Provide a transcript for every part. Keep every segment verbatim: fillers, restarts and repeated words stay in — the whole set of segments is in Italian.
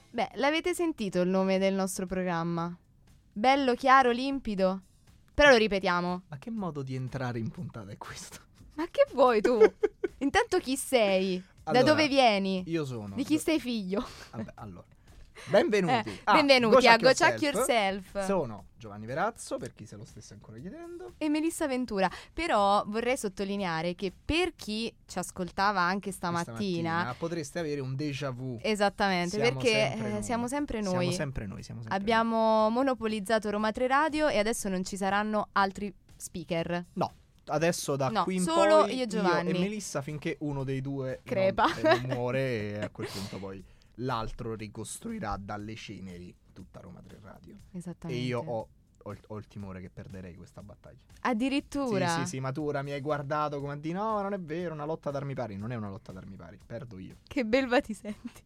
Beh, l'avete sentito il nome del nostro programma? Bello, chiaro, limpido. Però lo ripetiamo. Ma che modo di entrare in puntata è questo? Ma che vuoi tu? Intanto chi sei? Allora, da dove vieni? Io sono... Di chi sei figlio? Vabbè, allora. Benvenuti. Eh, a benvenuti Go a Chuck Go Chuck Yourself. Yourself. Sono Giovanni Verazzo, per chi se lo stesse ancora chiedendo. E Melissa Ventura. Però vorrei sottolineare che per chi ci ascoltava anche stamattina, stamattina potreste avere un déjà vu. esattamente, Siamo perché sempre eh, noi. siamo sempre noi. Siamo sempre noi, siamo sempre Abbiamo monopolizzato Roma tre Radio e adesso non ci saranno altri speaker. noi. No, adesso da No, qui in solo poi io e Giovanni. e Melissa finché uno dei due Crepa. non, eh, non muore e a quel punto poi l'altro ricostruirà dalle ceneri tutta Roma tre Radio. Esattamente. E io ho, ho, il, ho il timore che perderei questa battaglia. Addirittura. Sì, sì, sì, ma tu ora mi hai guardato come a dire no, non è vero, una lotta ad armi pari. Non è una lotta ad armi pari, perdo io. Che belva ti senti.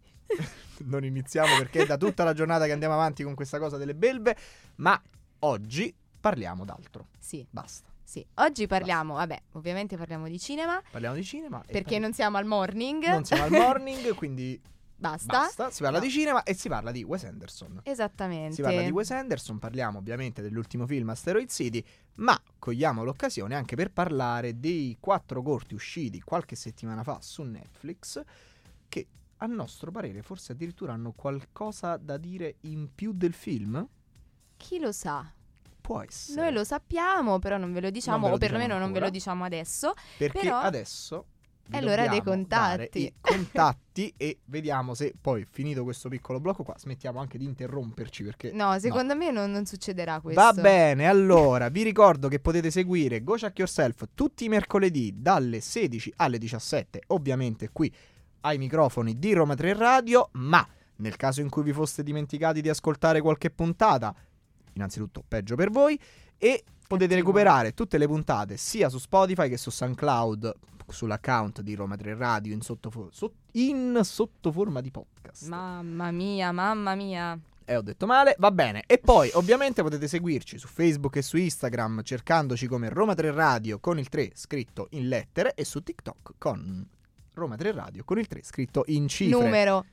Non iniziamo perché è da tutta la giornata che andiamo avanti con questa cosa delle belve. Ma oggi parliamo d'altro. Sì. Basta. Sì, oggi parliamo, vabbè, ovviamente parliamo di cinema. Parliamo di cinema. e Perché parli- non siamo al morning. non siamo al morning, quindi Basta. basta. Si parla No. di cinema e si parla di Wes Anderson. Esattamente. Si parla di Wes Anderson, parliamo ovviamente dell'ultimo film Asteroid City, ma cogliamo l'occasione anche per parlare dei quattro corti usciti qualche settimana fa su Netflix, che a nostro parere forse addirittura hanno qualcosa da dire in più del film. Chi lo sa? Può essere. Noi lo sappiamo, però non ve lo diciamo, Non ve lo o perlomeno diciamo non ve lo ancora. diciamo adesso. Perché però- adesso vi È l'ora dei dobbiamo dare contatti. i contatti e vediamo se poi, finito questo piccolo blocco qua, smettiamo anche di interromperci perché No, secondo me non, non succederà questo. Va bene, allora vi ricordo che potete seguire Go Chuck Yourself tutti i mercoledì dalle sedici alle diciassette, ovviamente qui ai microfoni di Roma tre Radio, ma nel caso in cui vi foste dimenticati di ascoltare qualche puntata, innanzitutto peggio per voi, e potete Cattivo. recuperare tutte le puntate sia su Spotify che su SoundCloud sull'account di Roma tre Radio in, sottofo- sot- in sottoforma di podcast. Mamma mia, mamma mia. Eh, ho detto male, va bene. E poi ovviamente potete seguirci su Facebook e su Instagram cercandoci come Roma tre Radio con il tre scritto in lettere e su TikTok con Roma tre Radio con il tre scritto in cifre. Numero.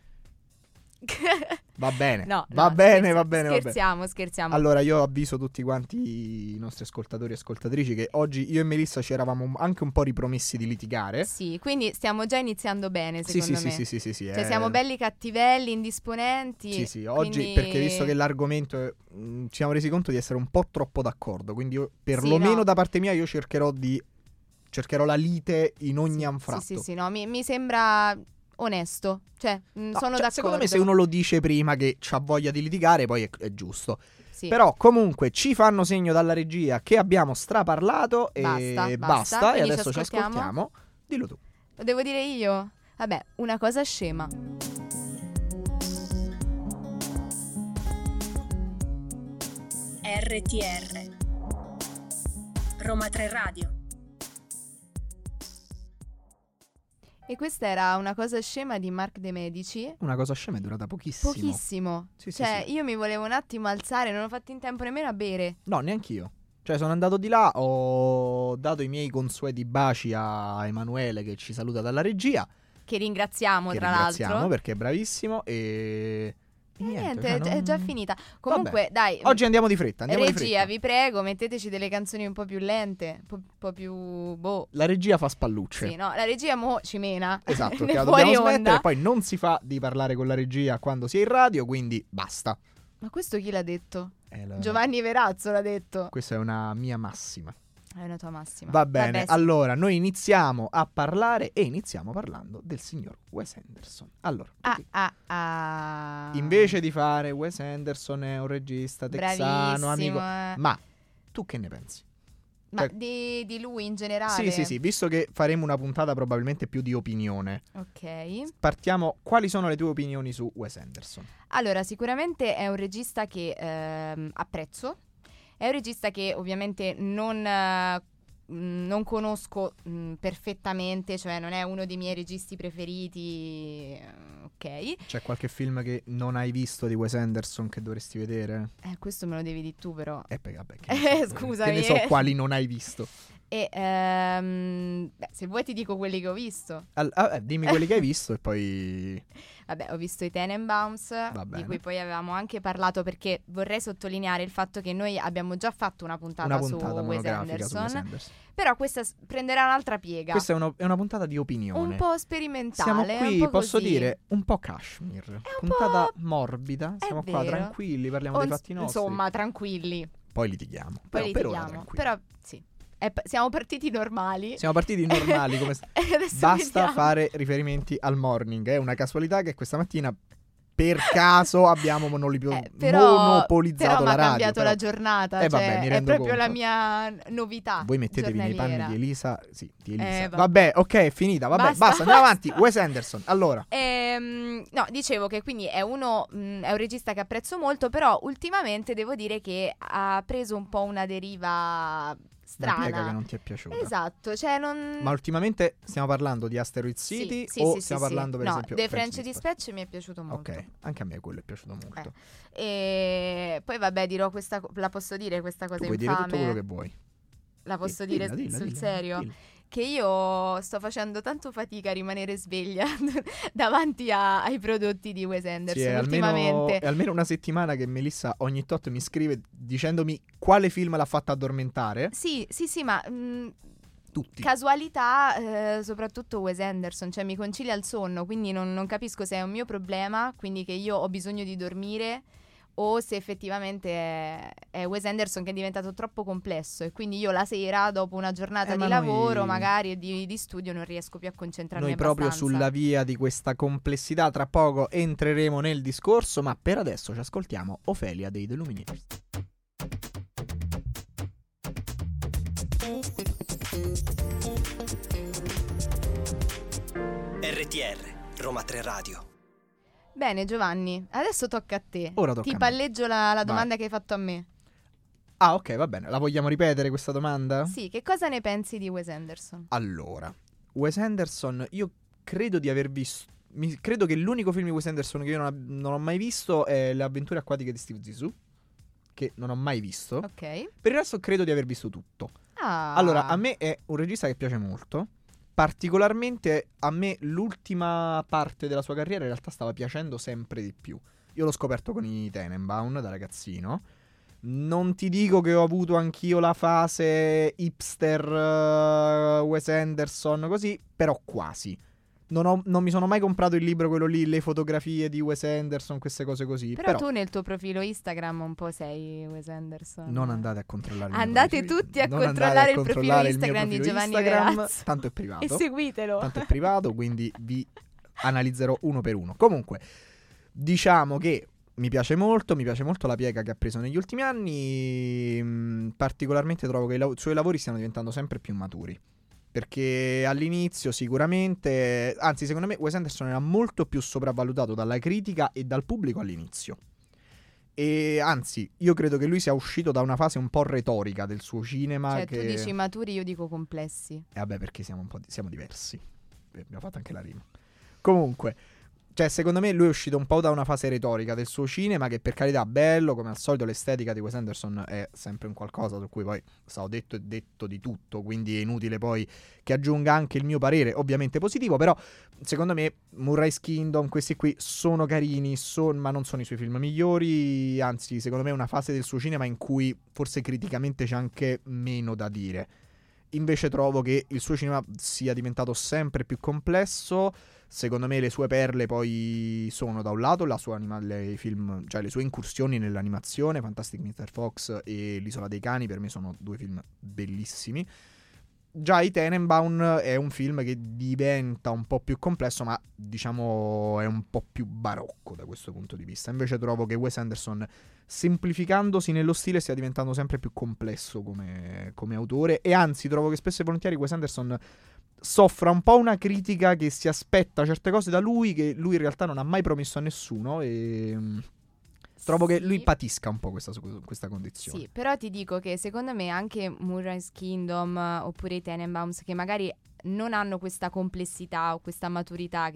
Va bene, No, va no, bene, scherzi- va bene, va bene. Scherziamo, scherziamo. Allora io avviso tutti quanti i nostri ascoltatori e ascoltatrici che oggi io e Melissa ci eravamo anche un po' ripromessi di litigare. Sì, quindi stiamo già iniziando bene, Sì, secondo sì, me. sì, sì, sì, sì, Cioè eh. siamo belli cattivelli, indisponenti. Sì, sì, oggi quindi- perché visto che l'argomento è, mh, ci siamo resi conto di essere un po' troppo d'accordo, quindi io, Sì, perlomeno no. da parte mia io cercherò di cercherò la lite in ogni Sì, anfratto. Sì, sì, sì, no, mi, mi sembra onesto. Cioè, mh, No, sono cioè, d'accordo. secondo me se uno lo dice prima che ha voglia di litigare poi è, è giusto. Sì. Però comunque ci fanno segno dalla regia che abbiamo straparlato e Basta, basta, basta, e quindi adesso ci ci ascoltiamo. ascoltiamo. Dillo tu. Lo devo dire io? Vabbè, una cosa scema. R T R Roma tre Radio. E questa era una cosa scema di Mark De Medici. Una cosa scema è durata pochissimo. Pochissimo. Sì, sì, Cioè, sì. io mi volevo un attimo alzare, non ho fatto in tempo nemmeno a bere. No, neanch'io. Cioè sono andato di là, ho dato i miei consueti baci a Emanuele che ci saluta dalla regia. Che ringraziamo, Che tra ringraziamo l'altro. perché è bravissimo e... E niente, niente, cioè, è, è non- già finita. Comunque, Vabbè. dai. Oggi andiamo di fretta, andiamo di regia, fretta. vi prego, metteteci delle canzoni un po' più lente, un po', un po' più boh. La regia fa spallucce. Sì, no, la regia mo ci mena. Esatto, Ne che la fuori dobbiamo onda. smettere. Poi non si fa di parlare con la regia quando si è in radio, quindi basta. Ma questo chi l'ha detto? È la- Giovanni Verazzo l'ha detto. Questa è una mia massima. È una tua massima. Va bene, Vabbè, sì. allora noi iniziamo a parlare e iniziamo parlando del signor Wes Anderson. Allora, Ah, perché ah, ah. invece di fare Wes Anderson è un regista texano, Bravissimo, amico. eh. Ma tu che ne pensi? Ma cioè- di, di lui in generale? Sì, sì, sì, visto che faremo una puntata probabilmente più di opinione, Ok. partiamo. Quali sono le tue opinioni su Wes Anderson? Allora, sicuramente è un regista che ehm, apprezzo. È un regista che ovviamente non, eh, mh, non conosco mh, perfettamente, cioè non è uno dei miei registi preferiti, eh, ok? C'è qualche film che non hai visto di Wes Anderson che dovresti vedere? Eh, questo me lo devi dire tu però. Eh, beh, vabbè, che ne Eh, so, scusami, Che ne so eh. quali non hai visto. E ehm, beh, se vuoi ti dico quelli che ho visto. Al- ah, eh, dimmi quelli che hai visto e poi... Vabbè, ho visto i Tenenbaums, Va di bene. cui poi avevamo anche parlato, perché vorrei sottolineare il fatto che noi abbiamo già fatto una puntata, Una puntata su Wes monografica su Wes Anderson, Anderson. però questa s- prenderà un'altra piega. Questa è, uno- è una puntata di opinione. Un po' sperimentale. Siamo un qui, po' posso così. dire, un po' Kashmir. un Puntata po'- morbida. è Siamo qua vero. tranquilli, parliamo On- dei fatti nostri. Insomma, tranquilli. Poi litighiamo. Poi Però per ora litighiamo. tranquilli. Però sì, È pa- siamo partiti normali. Siamo partiti normali come st- E adesso Basta vediamo. fare riferimenti al morning. È una casualità che questa mattina per caso abbiamo monopolio- Eh, però, monopolizzato però la m'ha radio. cambiato però la giornata. Eh, cioè, vabbè, mi è rendo proprio la conto. mia n- novità. Voi mettetevi nei panni giornaliera. di Elisa. Sì, di Elisa. Eh, vabbè. vabbè. ok, è finita. Vabbè, basta, Basta. andiamo avanti. Wes Anderson. Allora, Ehm, no, dicevo che quindi è uno mh, è un regista che apprezzo molto, però ultimamente devo dire che ha preso un po' una deriva una piega che strana. non ti è piaciuta. Esatto, cioè non Ma ultimamente stiamo parlando di Asteroid Sì, City sì, o sì, stiamo sì, parlando sì. per no, esempio The French Dispatch mi è piaciuto molto. Ok, anche a me quello è piaciuto molto. E poi vabbè, dirò questa co- la posso dire questa cosa Tu puoi dire infame? tutto quello che vuoi. La posso Dilla, dire dilla, sul dilla, serio? dilla. Che io sto facendo tanto fatica a rimanere sveglia davanti a- ai prodotti di Wes Anderson Sì, è almeno, ultimamente. è almeno una settimana che Melissa ogni tot mi scrive dicendomi quale film l'ha fatta addormentare. Sì, sì, sì, ma mh, Tutti. casualità, eh, soprattutto Wes Anderson, cioè mi concilia il sonno, quindi non, non capisco se è un mio problema, quindi che io ho bisogno di dormire, o se effettivamente è, è Wes Anderson che è diventato troppo complesso e quindi io la sera, dopo una giornata Eh, di ma noi- lavoro magari e di, di studio, non riesco più a concentrarmi Noi proprio abbastanza. sulla via di questa complessità, tra poco entreremo nel discorso, ma per adesso ci ascoltiamo Ofelia dei The Lumineers. R T R, Roma tre Radio. Bene Giovanni, adesso tocca a te. Ora tocca Ti a me. palleggio la, la Vai. domanda che hai fatto a me. Ah, ok, va bene. La vogliamo ripetere questa domanda? Sì, che cosa ne pensi di Wes Anderson? Allora, Wes Anderson, io credo di aver visto. Mi, credo che l'unico film di Wes Anderson che io non, ab- non ho mai visto è Le avventure acquatiche di Steve Zissou, che non ho mai visto. Ok. Per il resto credo di aver visto tutto. Ah. Allora, a me è un regista che piace molto. Particolarmente a me l'ultima parte della sua carriera in realtà stava piacendo sempre di più. Io l'ho scoperto con i Tenenbaum da ragazzino. Non ti dico che ho avuto anch'io la fase hipster uh, Wes Anderson così, però quasi. Non, ho- non mi sono mai comprato il libro, quello lì, le fotografie di Wes Anderson, queste cose così. Però, Però, tu nel tuo profilo Instagram un po' sei Wes Anderson. non andate a controllare il mio Andate profilo- tutti a non andate controllare il controllare profilo mio Instagram di profilo Giovanni Instagram, Verazzi. tanto è privato. E seguitelo. Tanto è privato, quindi vi analizzerò uno per uno. Comunque, diciamo che mi piace molto, mi piace molto la piega che ha preso negli ultimi anni. mh, Particolarmente trovo che i lav- suoi lavori stiano diventando sempre più maturi. Perché all'inizio sicuramente, anzi secondo me Wes Anderson era molto più sopravvalutato dalla critica e dal pubblico all'inizio. E anzi, io credo che lui sia uscito da una fase un po' retorica del suo cinema. Cioè, che... tu dici maturi, io dico complessi. E vabbè, perché siamo un po' di- siamo diversi. Eh, Abbiamo fatto anche la rima. Comunque, cioè, secondo me lui è uscito un po' da una fase retorica del suo cinema, che per carità bello, come al solito l'estetica di Wes Anderson è sempre un qualcosa su cui poi stato detto e detto di tutto, quindi è inutile poi che aggiunga anche il mio parere, ovviamente positivo, però secondo me Moonrise Kingdom, questi qui sono carini, son- ma non sono i suoi film migliori, anzi secondo me è una fase del suo cinema in cui forse criticamente c'è anche meno da dire. Invece trovo che il suo cinema sia diventato sempre più complesso. Secondo me le sue perle poi sono da un lato la sua anima- le, film, cioè le sue incursioni nell'animazione, Fantastic mister Fox e L'Isola dei Cani, per me sono due film bellissimi. Già i Tenenbaum è un film che diventa un po' più complesso, ma diciamo è un po' più barocco da questo punto di vista. Invece trovo che Wes Anderson, semplificandosi nello stile, stia diventando sempre più complesso come, come autore. E anzi trovo che spesso e volentieri Wes Anderson soffra un po' una critica che si aspetta certe cose da lui che lui in realtà non ha mai promesso a nessuno, e mm, trovo che Sì. lui patisca un po' questa, questa condizione. Sì, però ti dico che secondo me anche Moonrise Kingdom eh, oppure i Tenenbaums, che magari non hanno questa complessità o questa maturità che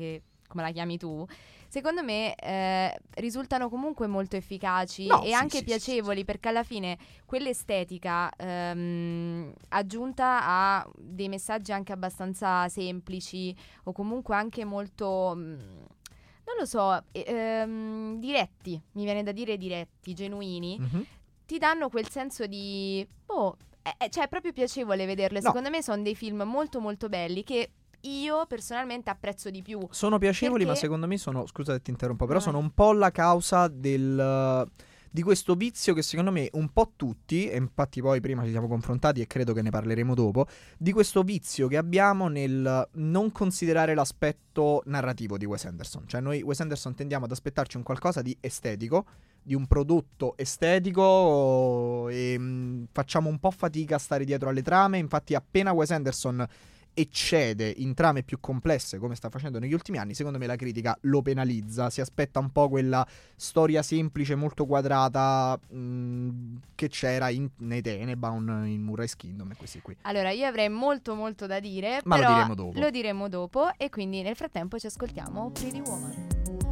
come la chiami tu, secondo me eh, risultano comunque molto efficaci No, e sì, anche sì, piacevoli, sì, sì. perché alla fine quell'estetica ehm, aggiunta a dei messaggi anche abbastanza semplici o comunque anche molto, mh, non lo so, eh, ehm, diretti, mi viene da dire diretti, genuini, Mhm. ti danno quel senso di, oh, è, è- cioè è proprio piacevole vederlo. E No. secondo me sono dei film molto molto belli che io personalmente apprezzo di più. Sono piacevoli, ma Perché- secondo me sono, scusa se ti interrompo, però No, vai. sono un po' la causa del, di questo vizio che secondo me un po' tutti, e infatti poi prima ci siamo confrontati e credo che ne parleremo dopo, di questo vizio che abbiamo nel non considerare l'aspetto narrativo di Wes Anderson. Cioè noi Wes Anderson tendiamo ad aspettarci un qualcosa di estetico, di un prodotto estetico e mh, facciamo un po' fatica a stare dietro alle trame. Infatti appena Wes Anderson eccede in trame più complesse come sta facendo negli ultimi anni, secondo me la critica lo penalizza, si aspetta un po' quella storia semplice molto quadrata mh, che c'era in, nei Tenenbaum, in Murray's Kingdom e questi qui. Allora, io avrei molto molto da dire, Ma lo però diremo dopo. lo diremo dopo e quindi nel frattempo ci ascoltiamo Pretty Woman.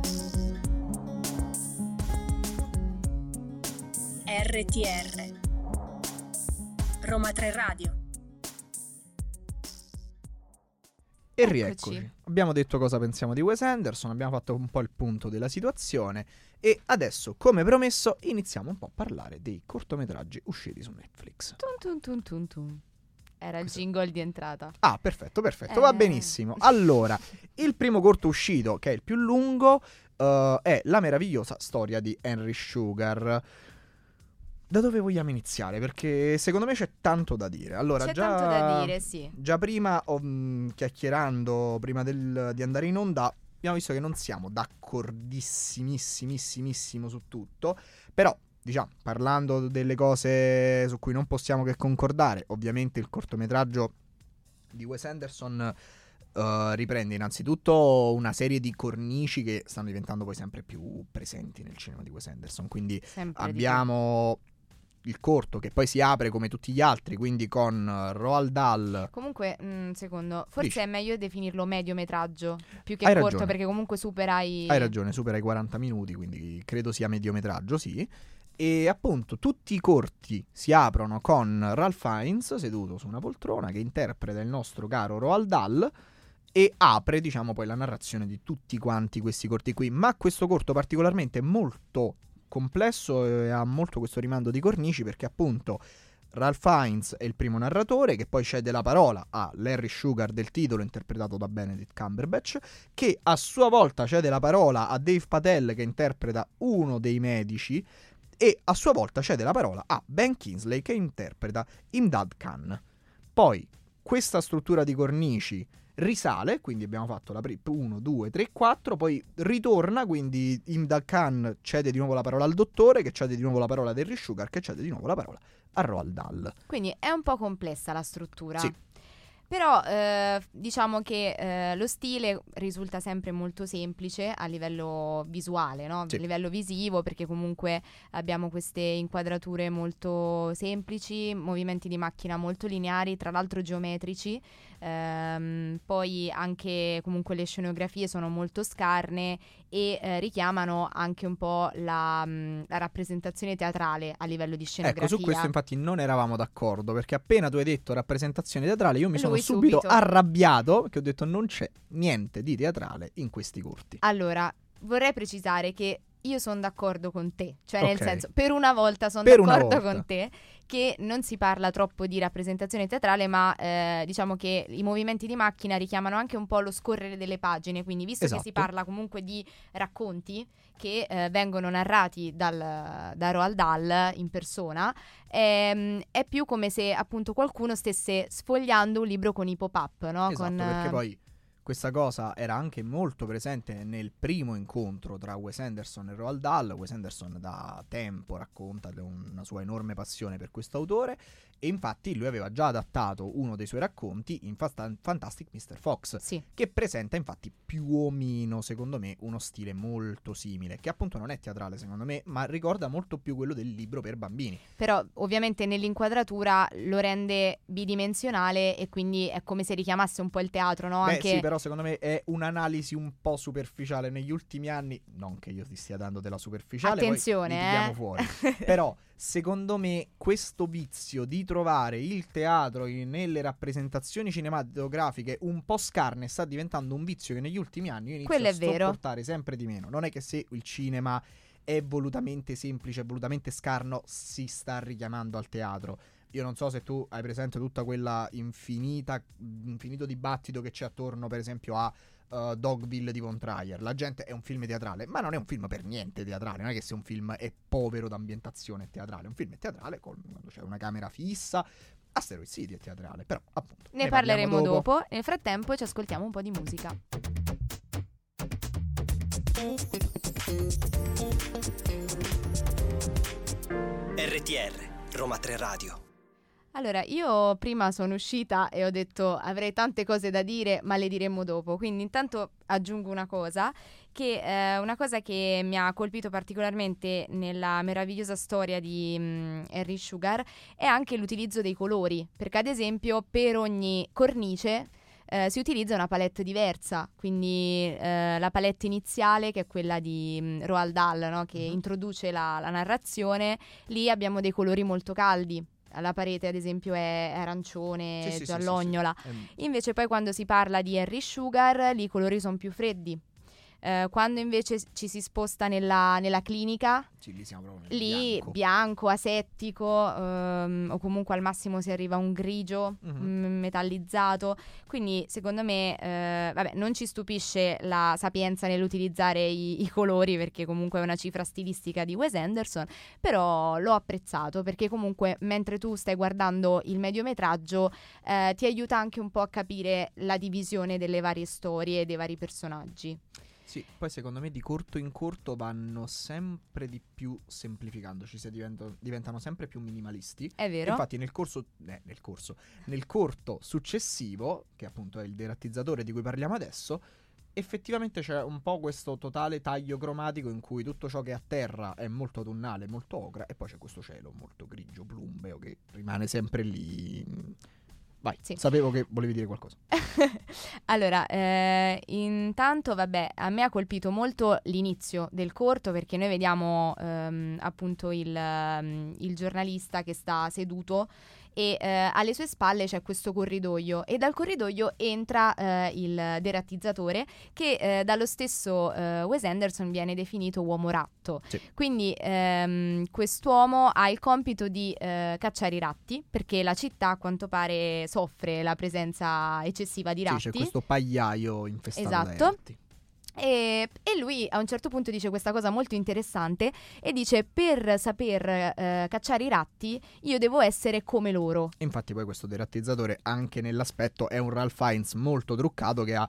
R T R Roma tre Radio. E Eccoci. rieccoci. Abbiamo detto cosa pensiamo di Wes Anderson, abbiamo fatto un po' il punto della situazione e adesso, come promesso, iniziamo un po' a parlare dei cortometraggi usciti su Netflix. Tun tun tun tun tun. Era il Questo- jingle di entrata. Ah, perfetto, perfetto, va Eh. benissimo. Allora, il primo corto uscito, che è il più lungo, eh, è La meravigliosa storia di Henry Sugar. Da dove vogliamo iniziare? Perché secondo me c'è tanto da dire. Allora, C'è già, tanto da dire, sì. già prima, ho, mh, chiacchierando, prima del- di andare in onda, abbiamo visto che non siamo d'accordissimissimissimo su tutto, però, diciamo, parlando delle cose su cui non possiamo che concordare, ovviamente il cortometraggio di Wes Anderson eh, riprende innanzitutto una serie di cornici che stanno diventando poi sempre più presenti nel cinema di Wes Anderson, quindi Sempre di abbiamo il corto che poi si apre come tutti gli altri, quindi con eh, Roald Dahl. più. Comunque, un secondo, forse Dici. è meglio definirlo mediometraggio più che Hai corto, ragione. perché comunque supera i... Hai ragione, supera i quaranta minuti, quindi credo sia mediometraggio, sì. E appunto tutti i corti si aprono con Ralph Fiennes seduto su una poltrona che interpreta il nostro caro Roald Dahl e apre, diciamo, poi la narrazione di tutti quanti questi corti qui. Ma questo corto particolarmente molto complesso e ha molto questo rimando di cornici, perché appunto Ralph Fiennes è il primo narratore, che poi cede la parola a Larry Sugar del titolo, interpretato da Benedict Cumberbatch, che a sua volta cede la parola a Dave Patel, che interpreta uno dei medici, e a sua volta cede la parola a Ben Kingsley, che interpreta Imdad Khan. Poi questa struttura di cornici risale, quindi abbiamo fatto la uno, due, tre, quattro, poi ritorna, quindi Imdad Khan cede di nuovo la parola al dottore, che cede di nuovo la parola a Henry Sugar, che cede di nuovo la parola a Roald Dahl. Quindi è un po' complessa la struttura. Sì. Però eh, diciamo che eh, lo stile risulta sempre molto semplice a livello visuale, no? Sì. A livello visivo, perché comunque abbiamo queste inquadrature molto semplici, movimenti di macchina molto lineari, tra l'altro geometrici. Ehm, poi anche comunque le scenografie sono molto scarne e eh, richiamano anche un po' la, mh, la rappresentazione teatrale a livello di scenografia. Ecco, su questo infatti non eravamo d'accordo, perché appena tu hai detto rappresentazione teatrale io mi sono Lui subito, subito. arrabbiato, perché ho detto non c'è niente di teatrale in questi corti. Allora, vorrei precisare che io sono d'accordo con te, cioè nel Ok. senso, per una volta sono Per una d'accordo volta. con te che non si parla troppo di rappresentazione teatrale, ma eh, diciamo che i movimenti di macchina richiamano anche un po' lo scorrere delle pagine, quindi visto Esatto. che si parla comunque di racconti che eh, vengono narrati dal, da Roald Dahl in persona, ehm, è più come se appunto qualcuno stesse sfogliando un libro con i pop-up, no? Esatto, con, perché eh, poi questa cosa era anche molto presente nel primo incontro tra Wes Anderson e Roald Dahl. Wes Anderson da tempo racconta di una sua enorme passione per questo autore e infatti lui aveva già adattato uno dei suoi racconti in Fast- Fantastic mister Fox, Sì. che presenta infatti più o meno, secondo me, uno stile molto simile, che appunto non è teatrale secondo me, ma ricorda molto più quello del libro per bambini. Però ovviamente nell'inquadratura lo rende bidimensionale e quindi è come se richiamasse un po' il teatro, no? Beh Anche sì, però però secondo me è un'analisi un po' superficiale negli ultimi anni, non che io ti stia dando della superficiale, attenzione, poi litighiamo eh. fuori. Però secondo me questo vizio di trovare il teatro in- nelle rappresentazioni cinematografiche un po' scarne sta diventando un vizio che negli ultimi anni io inizio Quello a è vero. sopportare sempre di meno. Non è che se il cinema è volutamente semplice, volutamente scarno, si sta richiamando al teatro. Io non so se tu hai presente tutta quella infinita infinito dibattito che c'è attorno, per esempio, a uh, Dogville di Von Trier. La gente è un film teatrale, ma non è un film per niente teatrale. Non è che se un film è povero d'ambientazione è teatrale. Un film è teatrale con, quando c'è una camera fissa. Asteroid City è teatrale, però appunto Ne parleremo dopo. Nel frattempo ci ascoltiamo un po' di musica. R T R, Roma tre Radio. Allora, io prima sono uscita e ho detto avrei tante cose da dire, ma le diremo dopo. Quindi intanto aggiungo una cosa, che eh, una cosa che mi ha colpito particolarmente nella meravigliosa storia di mh, Henry Sugar è anche l'utilizzo dei colori, perché ad esempio per ogni cornice eh, si utilizza una palette diversa, quindi eh, la palette iniziale, che è quella di mh, Roald Dahl, no? Che Mhm. introduce la, la narrazione, lì abbiamo dei colori molto caldi. La parete ad esempio è arancione, Sì, sì, sì, giallognola. sì, sì. Ehm, Invece poi quando si parla di Henry Sugar, lì i colori sono più freddi. Eh, quando invece s- ci si sposta nella, nella clinica, sì, lì siamo proprio nel lì bianco. bianco, asettico, ehm, o comunque al massimo si arriva a un grigio Mhm. mm, metallizzato. Quindi secondo me, eh, vabbè, non ci stupisce la sapienza nell'utilizzare i, i colori, perché comunque è una cifra stilistica di Wes Anderson, però l'ho apprezzato perché comunque mentre tu stai guardando il mediometraggio eh, ti aiuta anche un po' a capire la divisione delle varie storie e dei vari personaggi. Sì, poi secondo me di corto in corto vanno sempre di più semplificando, ci si divento- diventano sempre più minimalisti. È vero? Infatti nel corso, eh, nel corso, nel corto successivo, che appunto è il derattizzatore di cui parliamo adesso, effettivamente c'è un po' questo totale taglio cromatico in cui tutto ciò che è a terra è molto autunnale, molto ocra, e poi c'è questo cielo molto grigio, plumbeo, che rimane sempre lì. Vai, Sì. sapevo che volevi dire qualcosa. Allora, eh, intanto, vabbè, a me ha colpito molto l'inizio del corto, perché noi vediamo ehm, appunto il, ehm, il giornalista che sta seduto e eh, alle sue spalle c'è questo corridoio e dal corridoio entra eh, il derattizzatore che eh, dallo stesso eh, Wes Anderson viene definito uomo ratto. Sì. Quindi ehm, quest'uomo ha il compito di eh, cacciare i ratti, perché la città a quanto pare soffre la presenza eccessiva di Sì, ratti. c'è questo pagliaio infestato dai Esatto. ratti. E, e lui a un certo punto dice questa cosa molto interessante e dice: per saper eh, cacciare i ratti io devo essere come loro. Infatti poi questo derattizzatore anche nell'aspetto è un Ralph Fiennes molto truccato che ha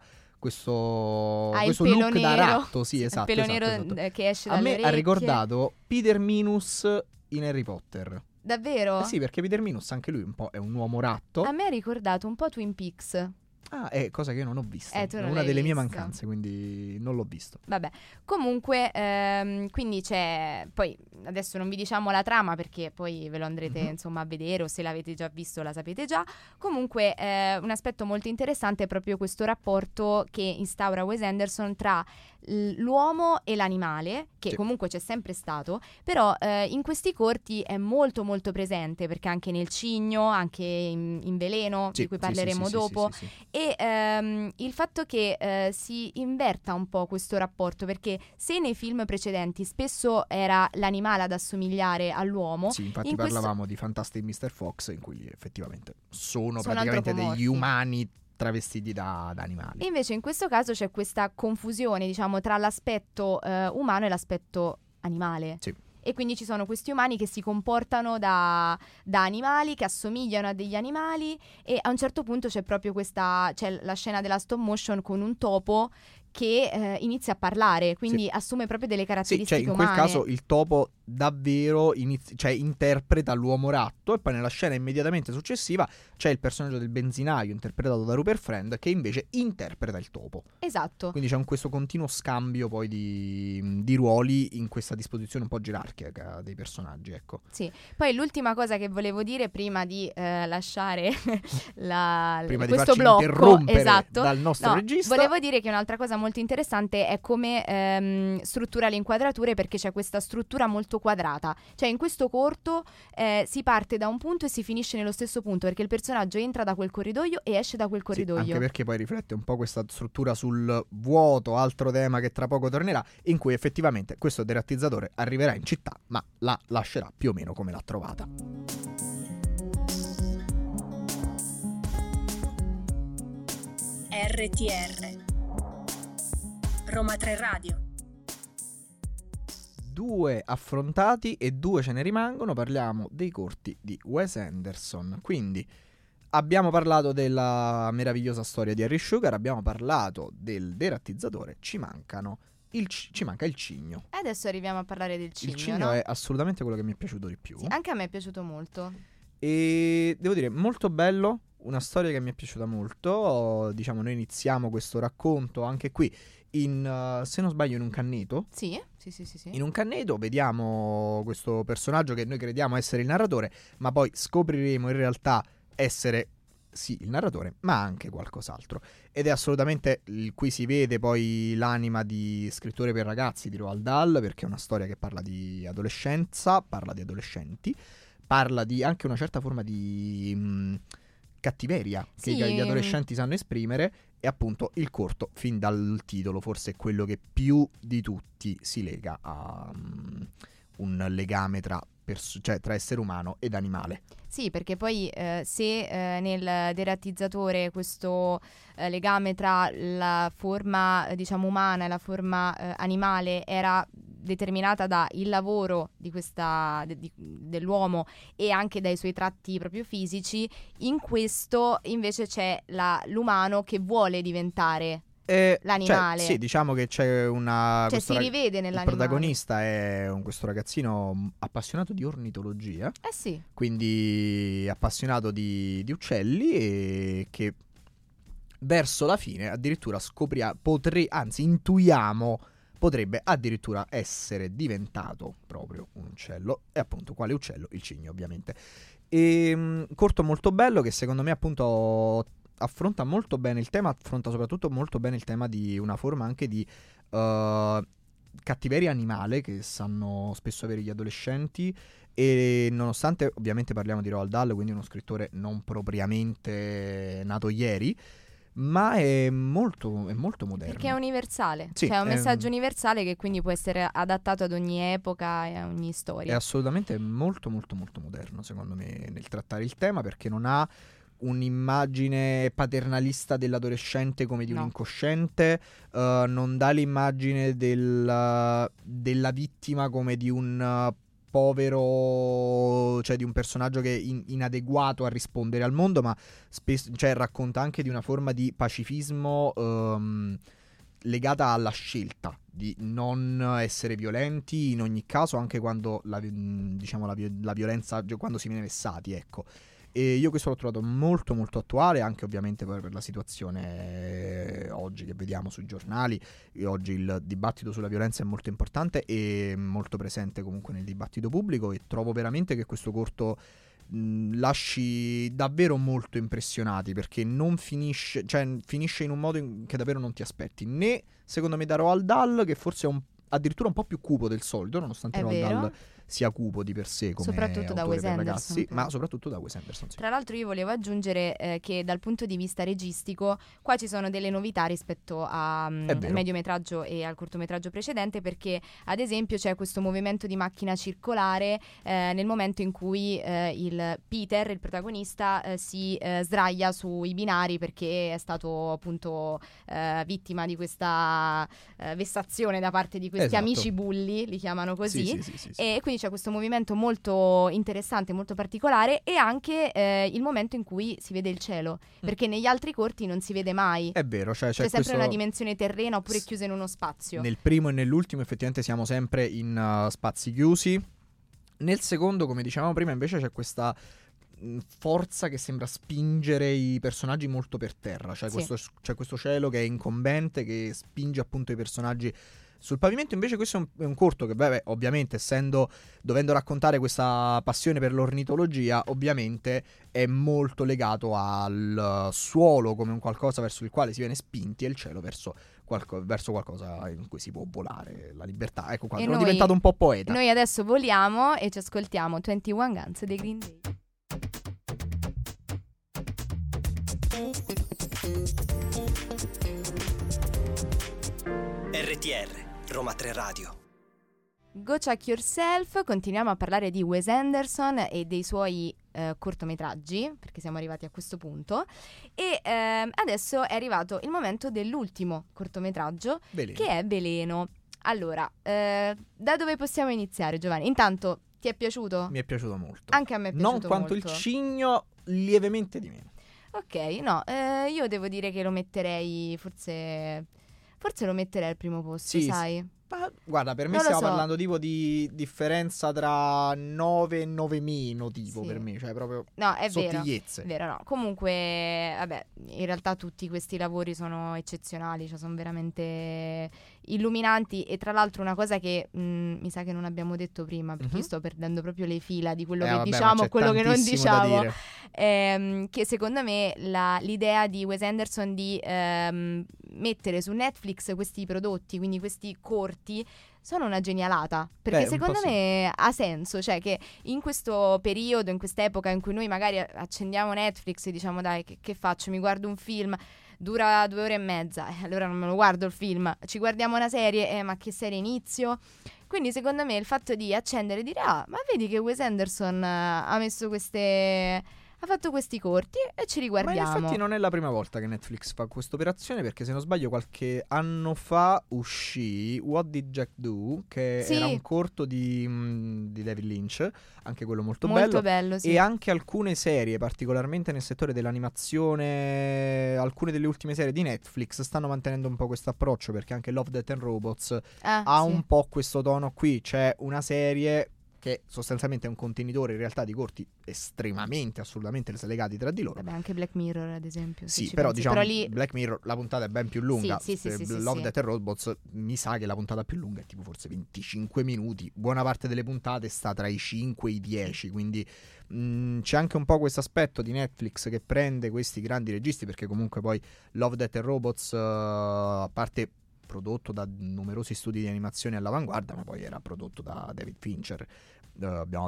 questo, Ha il questo pelo look da nero. ratto, sì, Sì, il esatto, pelo esatto, nero, esatto. eh, che esce A dalle me ha orecchie. ricordato Peter Minus in Harry Potter. Davvero? Eh sì, perché Peter Minus anche lui un po' è un uomo ratto. A me ha ricordato un po' Twin Peaks. Ah, è cosa che io non ho visto. Eh, tu è non una l'hai delle mie visto. mancanze, quindi non l'ho visto. Vabbè, comunque, ehm, quindi c'è, poi adesso non vi diciamo la trama perché poi ve lo andrete Mhm. insomma a vedere, o se l'avete già visto la sapete già. Comunque eh, un aspetto molto interessante è proprio questo rapporto che instaura Wes Anderson tra l- l'uomo e l'animale, che Sì. comunque c'è sempre stato, però eh, in questi corti è molto molto presente, perché anche nel Cigno, anche in, in Veleno, Sì, di cui sì, sì, parleremo sì, sì, dopo. sì, sì, sì. E ehm, il fatto che eh, si inverta un po' questo rapporto, perché se nei film precedenti spesso era l'animale ad assomigliare all'uomo, Sì, infatti in questo- parlavamo di Fantastic mister Fox, in cui effettivamente sono, Sono praticamente degli antropomorfi. umani travestiti da, da animali. invece in questo caso c'è questa confusione, diciamo, tra l'aspetto eh, umano e l'aspetto animale. Sì. E quindi ci sono questi umani che si comportano da, da animali, che assomigliano a degli animali, e a un certo punto c'è proprio questa, c'è la scena della stop motion con un topo che eh, inizia a parlare, quindi Sì. assume proprio delle Sì, caratteristiche cioè in quel umane. caso il topo davvero inizi- cioè interpreta l'uomo ratto, e poi nella scena immediatamente successiva c'è il personaggio del benzinaio interpretato da Rupert Friend che invece interpreta il topo. Esatto. Quindi c'è un, questo continuo scambio poi di, di ruoli in questa disposizione un po' gerarchica dei personaggi, ecco. Sì. Poi l'ultima cosa che volevo dire prima di eh, lasciare la, Prima di questo farci blocco, interrompere esatto, dal nostro no, regista. volevo dire che un'altra cosa molto interessante è come ehm, struttura le inquadrature, perché c'è questa struttura molto quadrata. Cioè in questo corto eh, si parte da un punto e si finisce nello stesso punto, perché il personaggio entra da quel corridoio e esce da quel Sì, corridoio. anche perché poi riflette un po' questa struttura sul vuoto, altro tema che tra poco tornerà, in cui effettivamente questo derattizzatore arriverà in città, ma la lascerà più o meno come l'ha trovata. R T R Roma tre Radio. Due affrontati e due ce ne rimangono. Parliamo dei corti di Wes Anderson. Quindi abbiamo parlato della meravigliosa storia di Harry Sugar, abbiamo parlato del derattizzatore, ci mancano il ci, ci manca il cigno. E adesso arriviamo a parlare del cigno. Il cigno no? è assolutamente quello che mi è piaciuto di più. Sì, anche a me è piaciuto molto. E devo dire, molto bello, una storia che mi è piaciuta molto. Diciamo, noi iniziamo questo racconto anche qui in, uh, se non sbaglio, in un canneto. Sì, sì, sì, sì, sì. In un canneto vediamo questo personaggio che noi crediamo essere il narratore, ma poi scopriremo in realtà essere sì il narratore, ma anche qualcos'altro. Ed è assolutamente il qui si vede poi l'anima di Scrittore per ragazzi di Roald Dahl, perché è una storia che parla di adolescenza, parla di adolescenti, parla di anche una certa forma di mh, cattiveria Sì. che gli adolescenti sanno esprimere. E appunto il corto, fin dal titolo, forse è quello che più di tutti si lega a um, un legame tra, pers- cioè, tra essere umano ed animale. Sì, perché poi eh, se eh, nel derattizzatore questo eh, legame tra la forma eh, diciamo umana e la forma eh, animale era determinata da il lavoro di questa de- di- dell'uomo e anche dai suoi tratti proprio fisici, in questo invece c'è la- l'umano che vuole diventare E, l'animale. Cioè, sì, diciamo che c'è una... Cioè questo si rag- rivede il nell'animale. protagonista è un- questo ragazzino appassionato di ornitologia, Eh sì, quindi appassionato di, di uccelli, e che verso la fine addirittura scoprirà, potre, anzi intuiamo, potrebbe addirittura essere diventato proprio un uccello. E appunto quale uccello? Il cigno, ovviamente. E mh, corto molto bello che secondo me appunto affronta molto bene il tema, affronta soprattutto molto bene il tema di una forma anche di uh, cattiveria animale che sanno spesso avere gli adolescenti. E nonostante ovviamente parliamo di Roald Dahl, quindi uno scrittore non propriamente nato ieri, ma è molto, è molto moderno. perché è universale. Sì, cioè è un è- messaggio universale che quindi può essere adattato ad ogni epoca e a ogni È storia. assolutamente molto molto molto moderno secondo me nel trattare il tema, perché non ha un'immagine paternalista dell'adolescente come di un No. incosciente, eh, non dà l'immagine del- della vittima come di un eh, povero, cioè di un personaggio che è in- inadeguato a rispondere al mondo, ma spesso, cioè, racconta anche di una forma di pacifismo ehm, legata alla scelta di non essere violenti in ogni caso, anche quando la, vi- diciamo, la, vi- la violenza, quando si viene vessati, ecco. E io questo l'ho trovato molto molto attuale, anche ovviamente per, per la situazione eh, oggi che vediamo sui giornali. E oggi il dibattito sulla violenza è molto importante e molto presente comunque nel dibattito pubblico, e trovo veramente che questo corto mh, lasci davvero molto impressionati, perché non finisce, cioè finisce in un modo in- che davvero non ti aspetti, né secondo me da Roald Dahl, che forse è un, addirittura un po' più cupo del solito, nonostante È Roald vero. Dahl sia cupo di per sé come Soprattutto da autore Wes per Anderson, ragazzi, però. ma soprattutto da Wes Anderson, sì. Tra l'altro io volevo aggiungere eh, che dal punto di vista registico qua ci sono delle novità rispetto a, mm, È al vero. mediometraggio e al cortometraggio precedente, perché ad esempio c'è questo movimento di macchina circolare eh, nel momento in cui eh, il Peter, il protagonista, eh, si eh, sdraia sui binari perché è stato appunto eh, vittima di questa eh, vessazione da parte di questi Esatto. amici bulli, li chiamano così. Sì, sì, sì, sì, sì. E quindi c'è questo movimento molto interessante, molto particolare, e anche eh, il momento in cui si vede il cielo, mm. perché negli altri corti non si vede mai. È vero, cioè, c'è, c'è sempre questo... una dimensione terrena oppure S- chiusa in uno spazio. Nel primo e nell'ultimo effettivamente siamo sempre in uh, spazi chiusi. Nel secondo, come dicevamo prima, invece c'è questa mh, forza che sembra spingere i personaggi molto per terra. Cioè sì. questo, c'è questo cielo che è incombente, che spinge appunto i personaggi sul pavimento. Invece questo è un, è un corto che, beh, ovviamente, essendo dovendo raccontare questa passione per l'ornitologia, ovviamente è molto legato al suolo come un qualcosa verso il quale si viene spinti, e il cielo verso, qualco, verso qualcosa in cui si può volare, la libertà. Ecco qua, E sono noi- diventato un po' poeta. Noi adesso voliamo e ci ascoltiamo ventuno Guns dei Green Day. R T R, Roma tre Radio. Go Check Yourself, continuiamo a parlare di Wes Anderson e dei suoi eh, cortometraggi, perché siamo arrivati a questo punto, e ehm, adesso è arrivato il momento dell'ultimo cortometraggio, Veleno. che è Veleno. Allora, eh, da dove possiamo iniziare, Giovanni? Intanto, ti è piaciuto? Mi è piaciuto molto. Anche a me è piaciuto Non quanto molto. il cigno, lievemente di meno. Ok, no, eh, io devo dire che lo metterei, forse, forse lo metterei al primo posto, Sì, sai? Ma guarda, per me Non lo stiamo so. parlando tipo di differenza tra nove e nove meno, tipo, Sì. per me, cioè proprio No, è vero. sottigliezze. È vero, no. Comunque, vabbè, in realtà tutti questi lavori sono eccezionali, cioè sono veramente illuminanti. E tra l'altro una cosa che mh, mi sa che non abbiamo detto prima, perché Mhm. io sto perdendo proprio le fila di quello Eh, che vabbè, ma diciamo c'è e quello che non tantissimo da diciamo. dire. Ehm, che secondo me la- l'idea di Wes Anderson di ehm, mettere su Netflix questi prodotti, quindi questi corti, sono una genialata, perché Beh, un secondo po' sì. me ha senso, cioè che in questo periodo, in quest'epoca in cui noi magari accendiamo Netflix e diciamo dai che, che faccio, mi guardo un film, dura due ore e mezza, eh, allora non me lo guardo il film, ci guardiamo una serie, eh, ma che serie inizio? Quindi secondo me il fatto di accendere e dire ah, ma vedi che Wes Anderson eh, ha messo queste... ha fatto questi corti e ci Ma riguardiamo. in effetti non è la prima volta che Netflix fa questa operazione, perché se non sbaglio qualche anno fa uscì What Did Jack Do, che Sì. era un corto di, mh, di David Lynch, anche quello molto, Molto bello. bello, sì. E anche alcune serie, particolarmente nel settore dell'animazione, alcune delle ultime serie di Netflix stanno mantenendo un po' questo approccio, perché anche Love, Death and Robots Ah, ha sì. un po' questo tono qui. C'è una serie che sostanzialmente è un contenitore in realtà di corti estremamente, assolutamente slegati tra di loro. Vabbè, anche Black Mirror ad esempio. se Sì, ci però pensi. diciamo Però lì Black Mirror la puntata è ben più lunga. Sì, sì, sì, Eh, sì, sì, Love, sì. Death and Robots mi sa che la puntata più lunga è tipo forse venticinque minuti. Buona parte delle puntate sta tra i cinque e i dieci, quindi mh, c'è anche un po' questo aspetto di Netflix che prende questi grandi registi, perché comunque poi Love, Death and Robots, eh, a parte prodotto da numerosi studi di animazione all'avanguardia, ma poi era prodotto da David Fincher. Uh, abbiamo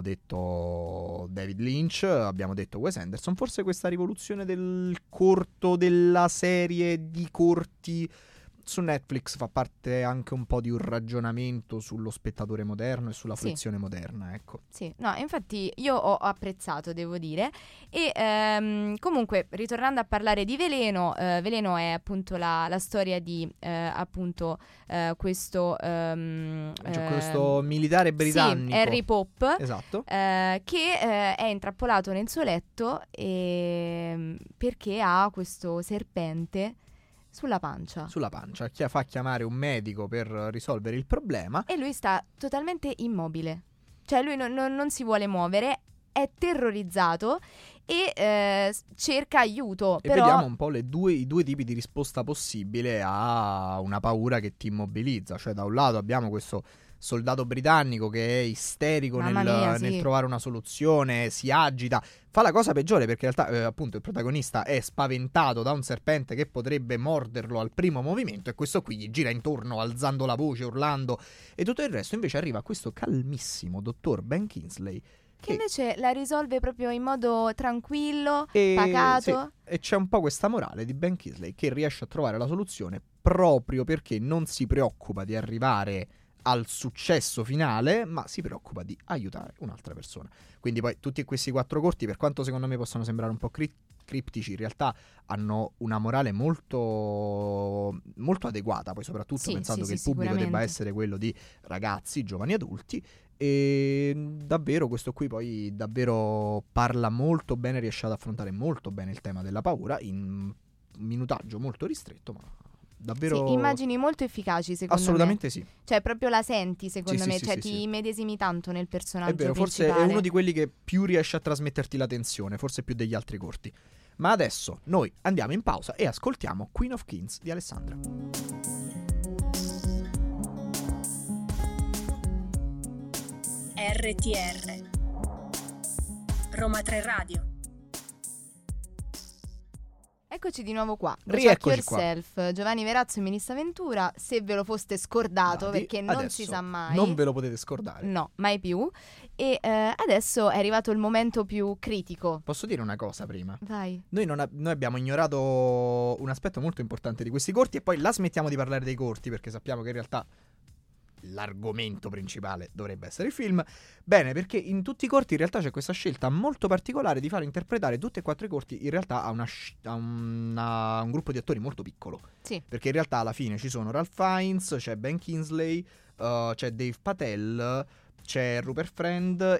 detto David Lynch, abbiamo detto Wes Anderson. Forse questa rivoluzione del corto, della serie di corti su Netflix fa parte anche un po' di un ragionamento sullo spettatore moderno e sulla Sì. fruizione moderna, ecco. Sì, no, infatti io ho apprezzato, devo dire. E ehm, comunque, ritornando a parlare di Veleno, eh, Veleno è appunto la, la storia di eh, appunto eh, questo ehm, C'è ehm, questo militare britannico, sì, Harry Pope, esatto, eh, che eh, è intrappolato nel suo letto e, perché ha questo serpente sulla pancia. sulla pancia. Chi fa chiamare un medico per risolvere il problema. E lui sta totalmente immobile. Cioè lui non, non- non si vuole muovere, è terrorizzato e eh, s- cerca aiuto. E però vediamo un po' le due, i due tipi di risposta possibile a una paura che ti immobilizza. Cioè, da un lato abbiamo questo soldato britannico che è isterico nel, Mamma mia, nel sì. trovare una soluzione, si agita, fa la cosa peggiore, perché in realtà eh, appunto il protagonista è spaventato da un serpente che potrebbe morderlo al primo movimento, e questo qui gli gira intorno alzando la voce, urlando e tutto il resto. Invece arriva questo calmissimo dottor Ben Kingsley che invece la risolve proprio in modo tranquillo, E, pacato. sì, e c'è un po' questa morale di Ben Kingsley che riesce a trovare la soluzione proprio perché non si preoccupa di arrivare al successo finale, ma si preoccupa di aiutare un'altra persona. Quindi poi tutti questi quattro corti, per quanto secondo me possano sembrare un po' cri- criptici in realtà hanno una morale molto molto adeguata, poi soprattutto Sì, pensando sì, che sì, il pubblico debba sicuramente. essere quello di ragazzi, giovani adulti. E davvero questo qui poi davvero parla molto bene, riesce ad affrontare molto bene il tema della paura in un minutaggio molto ristretto, ma davvero Sì, immagini molto efficaci secondo assolutamente sì. me. Cioè proprio la senti secondo Sì, me, sì, sì, cioè sì, ti sì. medesimi tanto nel personaggio È vero, forse è principale. uno di quelli che più riesce a trasmetterti la tensione, forse più degli altri corti. Ma adesso noi andiamo in pausa e ascoltiamo Queen of Kings di Alessandra. R T R Roma tre Radio. Eccoci di nuovo qua. Rieccoci Check Yourself, Giovanni Verazzo e Melissa Ventura. Se ve lo foste scordato, Dati, perché non adesso si sa mai. Non ve lo potete scordare. No, mai più. E eh, adesso è arrivato il momento più critico. Posso dire una cosa prima? Vai. Noi, non ab- noi abbiamo ignorato un aspetto molto importante di questi corti e poi la smettiamo di parlare dei corti perché sappiamo che in realtà l'argomento principale dovrebbe essere il film. Bene, perché in tutti i corti in realtà c'è questa scelta molto particolare di far interpretare tutti e quattro i corti in realtà a, una sci- a una- un gruppo di attori molto piccolo. Sì. Perché in realtà alla fine ci sono Ralph Fiennes, c'è Ben Kingsley, uh, c'è Dave Patel, c'è Rupert Friend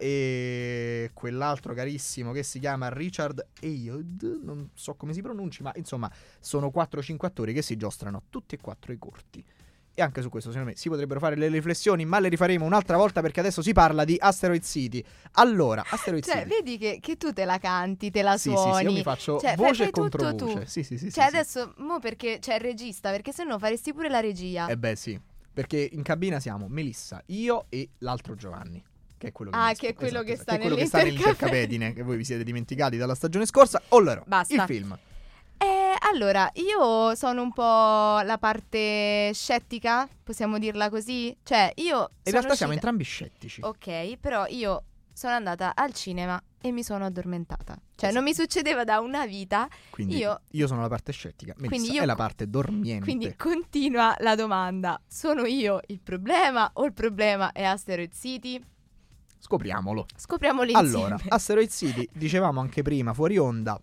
e quell'altro carissimo che si chiama Richard Ayoade, non so come si pronunci, ma insomma sono quattro o cinque attori che si giostrano tutti e quattro i corti. E anche su questo secondo me si potrebbero fare le riflessioni, ma le rifaremo un'altra volta perché adesso si parla di Asteroid City. Allora, Asteroid Cioè, City. vedi che, che tu te la canti, te la Sì, sì, suoni. sì, io mi faccio Cioè, fai- voce fai e tutto controvoce. tu. Sì, sì, sì, Cioè, sì, sì. adesso, mo perché c'è il regista, perché se no faresti pure la regia. Eh beh sì, perché in cabina siamo Melissa, io e l'altro Giovanni. Che è quello che, Ah, mi- che è quello che sta che è quello che sta nell'intercapedine. nell'intercapedine, che voi vi siete dimenticati dalla stagione scorsa. Allora, Basta. il film. Eh, allora, io sono un po' la parte scettica, possiamo dirla così? Cioè, io In sono realtà siamo uscita- entrambi scettici. Ok, però io sono andata al cinema e mi sono addormentata. Cioè, Esatto. non mi succedeva da una vita. Quindi io- io, sono la parte scettica, Melissa Quindi io è la co- parte dormiente. Quindi continua la domanda. Sono io il problema o il problema è Asteroid City? Scopriamolo. Scopriamolo insieme. Allora, Asteroid City, dicevamo anche prima, fuori onda,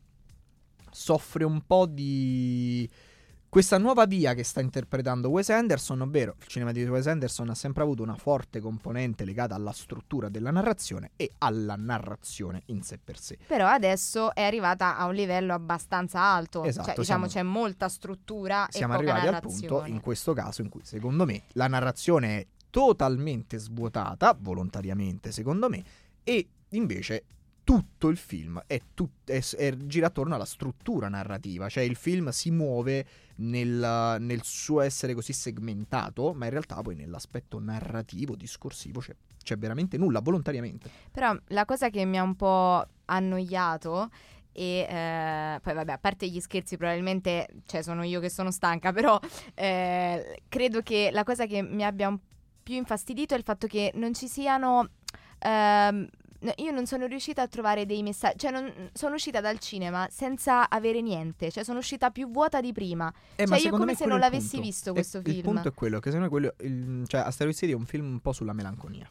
soffre un po' di questa nuova via che sta interpretando Wes Anderson, ovvero il cinema di Wes Anderson ha sempre avuto una forte componente legata alla struttura della narrazione e alla narrazione in sé per sé. Però adesso è arrivata a un livello abbastanza alto. Esatto, Cioè, diciamo, siamo- c'è molta struttura Siamo e poca arrivati al narrazione. punto, in questo caso, in cui secondo me la narrazione è totalmente svuotata, volontariamente secondo me, e invece tutto il film è, tut- è, è gira attorno alla struttura narrativa, cioè il film si muove nel, nel suo essere così segmentato, ma in realtà poi nell'aspetto narrativo, discorsivo c'è, c'è veramente nulla, volontariamente. Però la cosa che mi ha un po' annoiato e eh, poi vabbè, a parte gli scherzi, probabilmente, cioè sono io che sono stanca, però eh, credo che la cosa che mi abbia un più infastidito è il fatto che non ci siano ehm, no, io non sono riuscita a trovare dei messaggi, cioè non, sono uscita dal cinema senza avere niente, cioè sono uscita più vuota di prima. Eh, Cioè, io secondo come me se quello non è il l'avessi punto. visto E questo Il film. punto è quello, che secondo me quello, il, cioè Asteroid City è un film un po' sulla melanconia.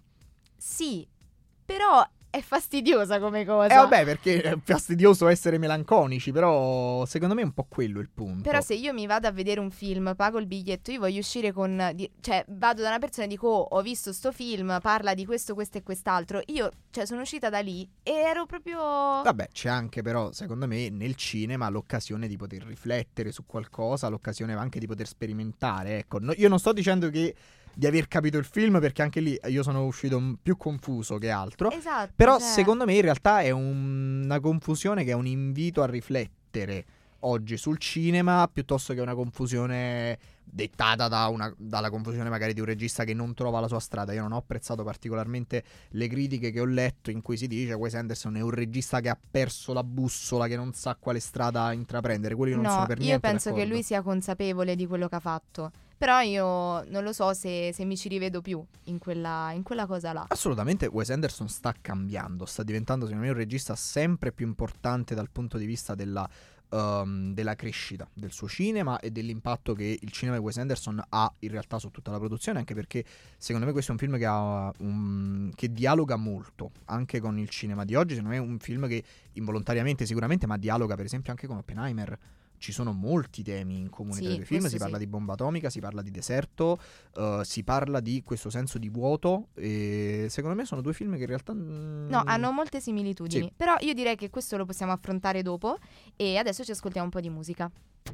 Sì, però è fastidiosa come cosa. Eh vabbè, perché è fastidioso essere melanconici, però secondo me è un po' quello il punto. Però se io mi vado a vedere un film, pago il biglietto, io voglio uscire con... di- cioè, vado da una persona e dico, oh, ho visto sto film, parla di questo, questo e quest'altro. Io, cioè, sono uscita da lì e ero proprio... Vabbè, c'è anche però, secondo me, nel cinema l'occasione di poter riflettere su qualcosa, l'occasione anche di poter sperimentare. Ecco, no- io non sto dicendo che di aver capito il film, perché anche lì io sono uscito m- più confuso che altro. Esatto. Però cioè- secondo me in realtà è un- una confusione che è un invito a riflettere oggi sul cinema, piuttosto che una confusione dettata da una, dalla confusione magari di un regista che non trova la sua strada. Io non ho apprezzato particolarmente le critiche che ho letto in cui si dice Wes Anderson è un regista che ha perso la bussola, che non sa quale strada intraprendere. Quelli non No, sono per niente io penso che d'accordo. lui sia consapevole di quello che ha fatto. Però io non lo so se, se mi ci rivedo più in quella, in quella cosa là. Assolutamente Wes Anderson sta cambiando, sta diventando secondo me un regista sempre più importante dal punto di vista della um, della crescita del suo cinema e dell'impatto che il cinema di Wes Anderson ha in realtà su tutta la produzione, anche perché secondo me questo è un film che, ha un, che dialoga molto anche con il cinema di oggi. Secondo me è un film che involontariamente sicuramente, ma dialoga per esempio anche con Oppenheimer. Ci sono molti temi in comune Sì, tra i due film, si parla sì. di bomba atomica, si parla di deserto, uh, si parla di questo senso di vuoto, e secondo me sono due film che in realtà... Mm, No, hanno molte similitudini, sì. però io direi che questo lo possiamo affrontare dopo e adesso ci ascoltiamo un po' di musica.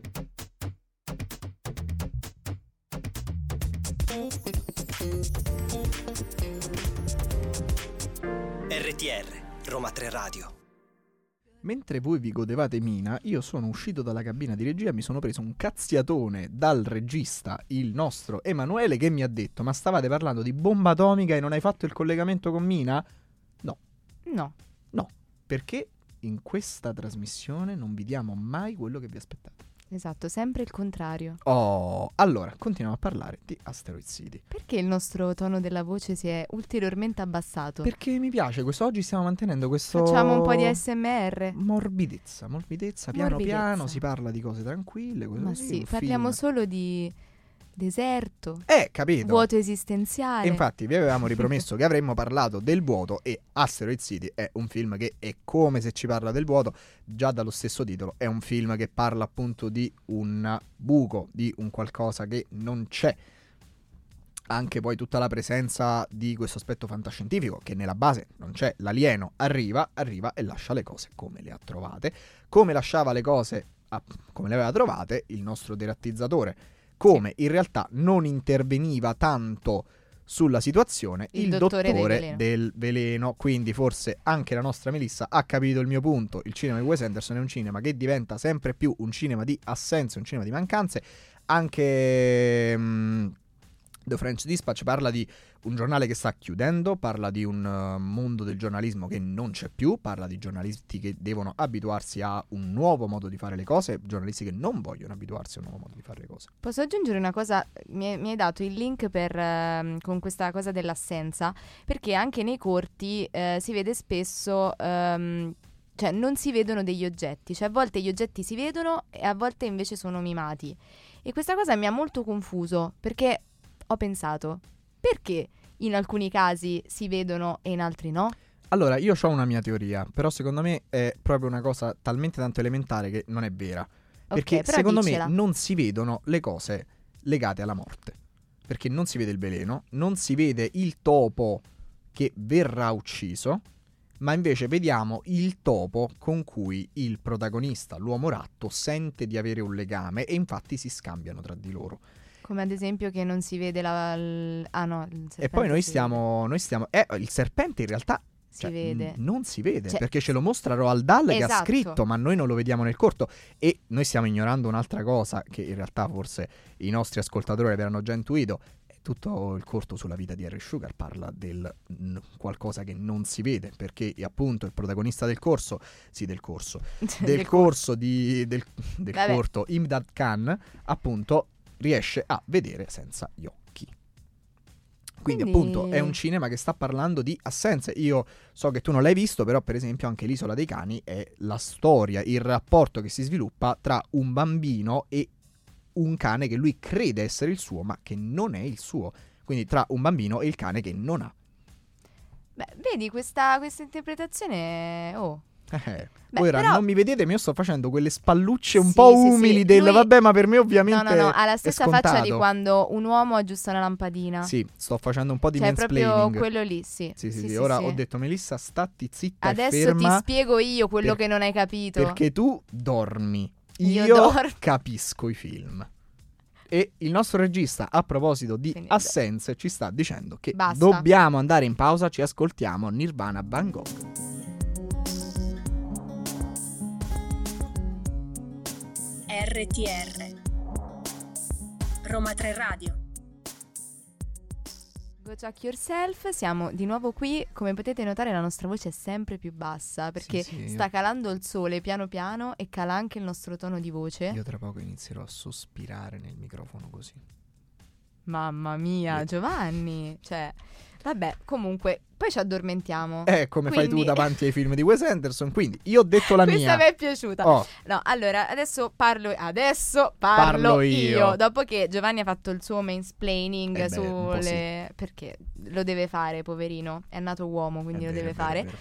R T R, Roma tre Radio. Mentre voi vi godevate Mina, io sono uscito dalla cabina di regia, mi sono preso un cazziatone dal regista, il nostro Emanuele, che mi ha detto: ma stavate parlando di bomba atomica e non hai fatto il collegamento con Mina? No. No. No, perché in questa trasmissione non vi diamo mai quello che vi aspettate. Esatto, sempre il contrario. Oh, allora, continuiamo a parlare di Asteroid City. Perché il nostro tono della voce si è ulteriormente abbassato? Perché mi piace, quest'oggi stiamo mantenendo questo... Facciamo un po' di A S M R. Morbidezza, morbidezza, piano Morbidezza. piano, si parla di cose tranquille. cose Ma così, sì, un parliamo film. solo di deserto, Eh, capito. vuoto E esistenziale. infatti vi avevamo ripromesso che avremmo parlato del vuoto, e Asteroid City è un film che è come se ci parla del vuoto, già dallo stesso titolo. È un film che parla appunto di un buco, di un qualcosa che non c'è. Anche poi tutta la presenza di questo aspetto fantascientifico che nella base non c'è. L'alieno arriva, arriva e lascia le cose come le ha trovate. Come lasciava le cose, ah, come le aveva trovate il nostro derattizzatore. Come in realtà non interveniva tanto sulla situazione il, Il dottore, dottore del veleno. del veleno. Quindi forse anche la nostra Melissa ha capito il mio punto. Il cinema di Wes Anderson è un cinema che diventa sempre più un cinema di assenze, un cinema di mancanze. Anche mh, The French Dispatch parla di un giornale che sta chiudendo, parla di un uh, mondo del giornalismo che non c'è più, parla di giornalisti che devono abituarsi a un nuovo modo di fare le cose, giornalisti che non vogliono abituarsi a un nuovo modo di fare le cose. Posso aggiungere una cosa? Mi, mi hai dato il link per, ehm, con questa cosa dell'assenza, perché anche nei corti eh, si vede spesso, ehm, cioè non si vedono degli oggetti, cioè a volte gli oggetti si vedono e a volte invece sono mimati. E questa cosa mi ha molto confuso, perché ho pensato, perché in alcuni casi si vedono e in altri no? Allora, io ho una mia teoria, però secondo me è proprio una cosa talmente tanto elementare che non è vera. Perché Ok, però secondo diccela. me non si vedono le cose legate alla morte. Perché non si vede il veleno, non si vede il topo che verrà ucciso, ma invece vediamo il topo con cui il protagonista, l'uomo ratto, sente di avere un legame e infatti si scambiano tra di loro. Come ad esempio che non si vede la... l- ah no, il E serpente poi noi si stiamo, noi stiamo... Eh, il serpente in realtà... Si cioè, vede. n- non si vede, Cioè- perché ce lo mostra Roald Dahl che ha Esatto. scritto, ma noi non lo vediamo nel corto. E noi stiamo ignorando un'altra cosa che in realtà forse i nostri ascoltatori avranno già intuito. Tutto il corto sulla vita di Harry Sugar parla del n- qualcosa che non si vede, perché appunto il protagonista del corso, sì del corso, del, Del corso di, del, del Vabbè. corto Imdad Khan, appunto riesce a vedere senza gli occhi. Quindi, Quindi- appunto è un cinema che sta parlando di assenze. Io so che tu non l'hai visto, però per esempio anche L'Isola dei Cani è la storia, il rapporto che si sviluppa tra un bambino e un cane che lui crede essere il suo, ma che non è il suo. Quindi tra un bambino e il cane che non ha. Beh, vedi, questa, questa interpretazione... Oh. Eh, Beh, ora però- non mi vedete, ma io sto facendo quelle spallucce un Sì, po' sì, sì. umili del Lui- vabbè, ma per me ovviamente No, no, no, ha la è stessa faccia di scontato. quando un uomo aggiusta una lampadina. Sì, sto facendo un po' di Cioè, è proprio mansplaining. quello lì, sì. Sì, sì, Sì, sì. sì, Ora sì. ho detto Melissa, statti zitta e Adesso ferma, ti spiego io quello per- che non hai capito. perché tu dormi. Io Io, dormo. capisco i film. E il nostro regista, a proposito di Finito. assenze, ci sta dicendo che Basta. dobbiamo andare in pausa, ci ascoltiamo Nirvana Bangkok. R T R Roma tre Radio. Go Check Yourself, siamo di nuovo qui. Come potete notare la nostra voce è sempre più bassa perché Sì, sì, sta io- calando il sole piano piano e cala anche il nostro tono di voce. Io tra poco inizierò a sospirare nel microfono così. Mamma mia, Io- Giovanni. Cioè, vabbè, comunque poi ci addormentiamo. È come Quindi... fai tu davanti ai film di Wes Anderson. Quindi io ho detto la Questa mia. mi è piaciuta. Oh. No, allora, adesso parlo Adesso parlo, Parlo io. io. Dopo che Giovanni ha fatto il suo mansplaining Eh beh, un po' sulle... Perché lo deve fare, poverino. È nato uomo, quindi È lo vero, deve è vero, fare. è vero.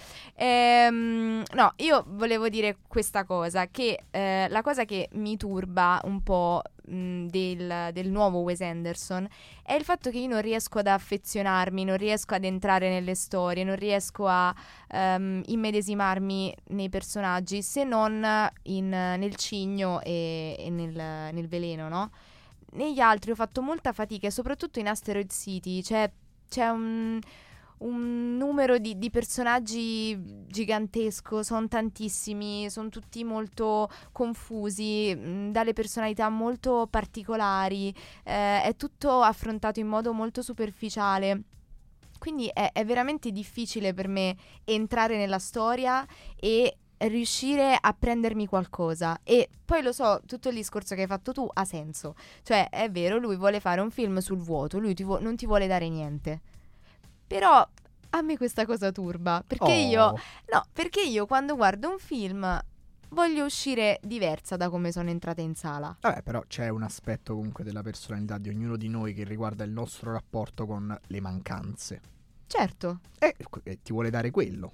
Ehm, no, io volevo dire questa cosa, che eh, la cosa che mi turba un po' mh, del, del nuovo Wes Anderson è il fatto che io non riesco ad affezionarmi, non riesco ad entrare nelle storie, non riesco a ehm, immedesimarmi nei personaggi, se non in, nel cigno e, e nel, nel veleno, no? Negli altri ho fatto molta fatica, e soprattutto in Asteroid City, cioè c'è un... un numero di, di personaggi gigantesco, sono tantissimi, sono tutti molto confusi, mh, dalle personalità molto particolari, eh, è tutto affrontato in modo molto superficiale. Quindi è, è veramente difficile per me entrare nella storia e riuscire a prendermi qualcosa. E poi lo so, tutto il discorso che hai fatto tu ha senso. Cioè, è vero, lui vuole fare un film sul vuoto, lui ti vu- non ti vuole dare niente. Però a me questa cosa turba, perché Oh. io no, perché io quando guardo un film voglio uscire diversa da come sono entrata in sala. Vabbè, però c'è un aspetto comunque della personalità di ognuno di noi che riguarda il nostro rapporto con le mancanze. Certo. E eh, ti vuole dare quello.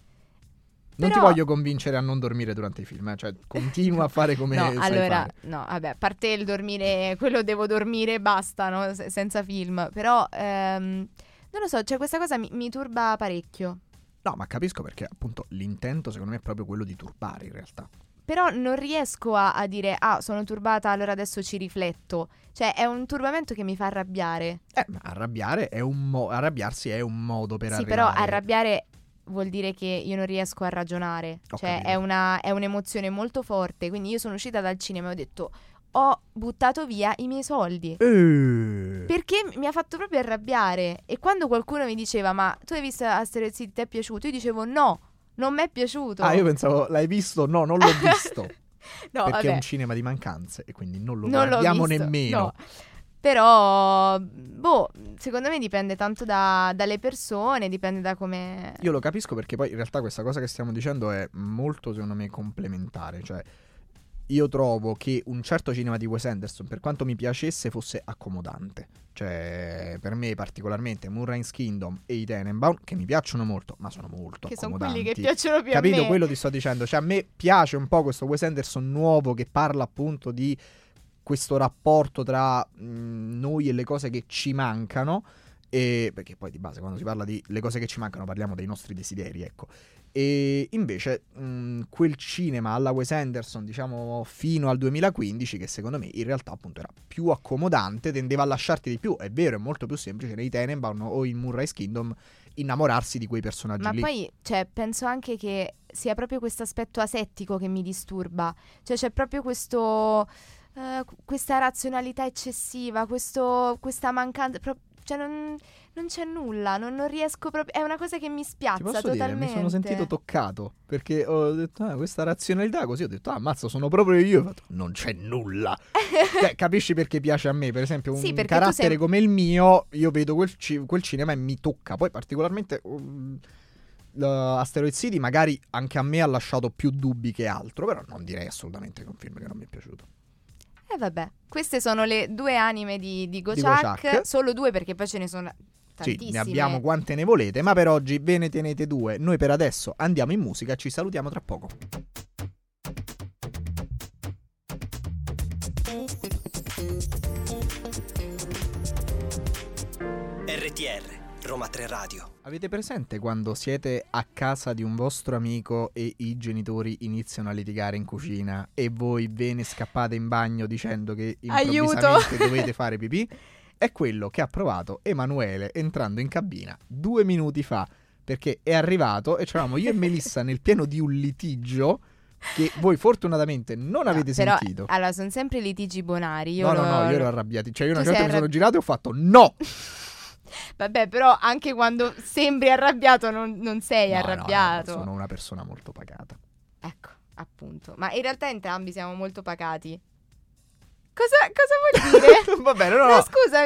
Non Però- ti voglio convincere a non dormire durante i film, eh? Cioè continua a fare come No, sai allora, fare. no, vabbè, a parte il dormire, quello devo dormire e basta, no? Se- senza film. Però ehm, non lo so, cioè questa cosa mi, mi turba parecchio. No, ma capisco perché appunto l'intento secondo me è proprio quello di turbare in realtà. Però non riesco a, a dire, ah, sono turbata, allora adesso ci rifletto. Cioè, è un turbamento che mi fa arrabbiare. Eh, ma arrabbiare è un mo- arrabbiarsi è un modo per Sì, arrivare. però arrabbiare vuol dire che io non riesco a ragionare. Ho Cioè, capito. è, una, è un'emozione molto forte. Quindi io sono uscita dal cinema e ho detto, ho buttato via i miei soldi. Eh. Perché mi ha fatto proprio arrabbiare. E quando qualcuno mi diceva, ma tu hai visto Asteroid City, ti è piaciuto? Io dicevo, no, non mi è piaciuto. Ah, io pensavo, l'hai visto? No, non l'ho visto. No, perché vabbè. è un cinema di mancanze e quindi non lo Non l'ho guardiamo visto, nemmeno. no. Però, boh, secondo me dipende tanto da- dalle persone, dipende da come... Io lo capisco perché poi in realtà questa cosa che stiamo dicendo è molto secondo me complementare. Cioè io trovo che un certo cinema di Wes Anderson, per quanto mi piacesse, fosse accomodante. Cioè per me particolarmente Moonrise Kingdom e i Tenenbaum, che mi piacciono molto, ma sono molto Che sono accomodanti. quelli che piacciono più Capito? a me. Quello ti sto dicendo. Cioè a me piace un po' questo Wes Anderson nuovo che parla appunto di questo rapporto tra mh, noi e le cose che ci mancano. E perché poi di base quando si parla di le cose che ci mancano parliamo dei nostri desideri, ecco. E invece mh, quel cinema alla Wes Anderson, diciamo fino al duemilaquindici, che secondo me in realtà appunto era più accomodante, tendeva a lasciarti di più. È vero, è molto più semplice nei Tenenbaum o in Moonrise Kingdom innamorarsi di quei personaggi Ma lì. poi, cioè, penso anche che sia proprio questo aspetto asettico che mi disturba. Cioè, c'è proprio questo... eh, questa razionalità eccessiva, questo, questa mancanza... pro- cioè, non, non c'è nulla, non, non riesco proprio... È una cosa che mi Ti spiazza posso totalmente. dire, mi sono sentito toccato perché ho detto, ah, questa razionalità così, ho detto, ah, ammazza, sono proprio io. Ho fatto, non c'è nulla. Cioè, capisci perché piace a me? Per esempio, un Sì, perché tu carattere sei- come il mio, io vedo quel, ci- quel cinema e mi tocca. Poi, particolarmente, um, la Asteroid City, magari anche a me ha lasciato più dubbi che altro, però non direi assolutamente che è un film che non mi è piaciuto. E vabbè, queste sono le due anime di, di Di Gochak, Gochak. solo due perché poi ce ne sono Sì, tantissime. ne abbiamo quante ne volete, ma per oggi ve ne tenete due. Noi per adesso andiamo in musica, ci salutiamo tra poco. R T R, Roma tre Radio. Avete presente quando siete a casa di un vostro amico e i genitori iniziano a litigare in cucina e voi ve ne scappate in bagno dicendo che improvvisamente Aiuto! dovete fare pipì? È quello che ha provato Emanuele entrando in cabina due minuti fa, perché è arrivato e c'eravamo io e Melissa nel pieno di un litigio che voi fortunatamente non avete Però, sentito. allora, sono sempre litigi bonari. Io No, no, lo- no, io lo- ero arrabbiato. Cioè io una Tu certa sei mi sono arrab- girato e ho fatto no! Vabbè, però anche quando sembri arrabbiato non, non sei No, no, no, arrabbiato. sono una persona molto pacata. Ecco, appunto. Ma in realtà entrambi siamo molto pacati. Cosa, cosa vuol dire? Va bene, no, No, no. scusami.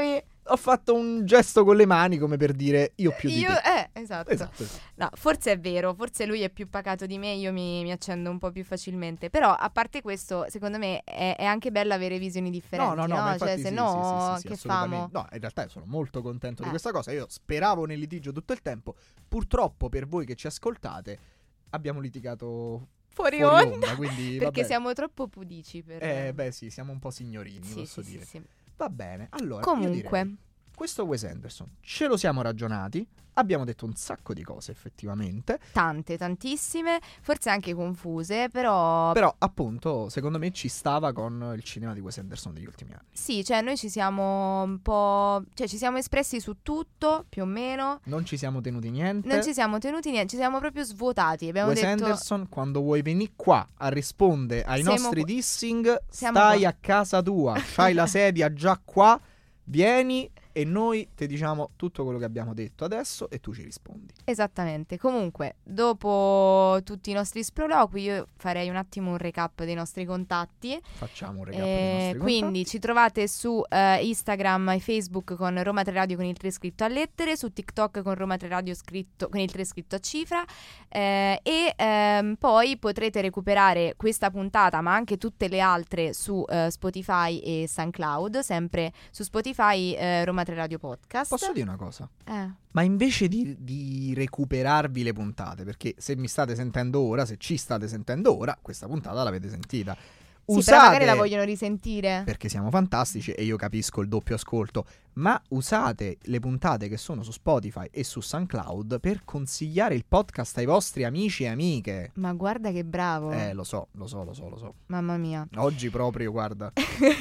ho fatto un gesto con le mani come per dire io più di Io, te. eh, esatto. Esatto, esatto. No, forse è vero, forse lui è più pacato di me, io mi, mi accendo un po' più facilmente. Però, a parte questo, secondo me è, è anche bello avere visioni differenti, No, no, no, ma Cioè, infatti se sì, no, sì, sì, sì, che assolutamente. famo? No, in realtà sono molto contento di Eh. questa cosa. Io speravo nel litigio tutto il tempo. Purtroppo per voi che ci ascoltate abbiamo litigato Fuori, fuori onda, onda, quindi va perché bene. siamo troppo pudici per... Eh, beh, sì, siamo un po' signorini, sì, posso sì, dire. sì, sì. Va bene. Allora, io Comunque, direi, questo Wes Anderson ce lo siamo ragionati. Abbiamo detto un sacco di cose, effettivamente. tante, tantissime, forse anche confuse, però... Però, appunto, secondo me ci stava con il cinema di Wes Anderson degli ultimi anni. Sì, cioè noi ci siamo un po'... cioè ci siamo espressi su tutto, più o meno. Non ci siamo tenuti niente. Non ci siamo tenuti niente, ci siamo proprio svuotati. Abbiamo Wes detto... Anderson, quando vuoi venire qua a rispondere ai Siamo nostri qua- dissing, Siamo stai qua. a casa tua, c'hai la sedia già qua, vieni e noi ti diciamo tutto quello che abbiamo detto adesso e tu ci rispondi. Esattamente. Comunque, dopo tutti i nostri sproloqui, io farei un attimo un recap dei nostri contatti. Facciamo un recap Eh, dei nostri quindi contatti. ci trovate su eh, Instagram e Facebook con Roma tre Radio con il tre scritto a lettere, su TikTok con Roma tre Radio scritto, con il tre scritto a cifra, eh, e ehm, poi potrete recuperare questa puntata ma anche tutte le altre su eh, Spotify e SoundCloud, sempre su Spotify eh, Roma tre Radio Podcast. Posso dire una cosa? Eh. Ma invece di, di recuperarvi le puntate, perché se mi state sentendo ora, se ci state sentendo ora, questa puntata l'avete sentita. Sì, però magari la vogliono risentire. Perché siamo fantastici e io capisco il doppio ascolto, ma usate le puntate che sono su Spotify e su SoundCloud per consigliare il podcast ai vostri amici e amiche. Ma guarda che bravo. Eh, lo so, lo so, lo so, lo so. Mamma mia. Oggi proprio, guarda,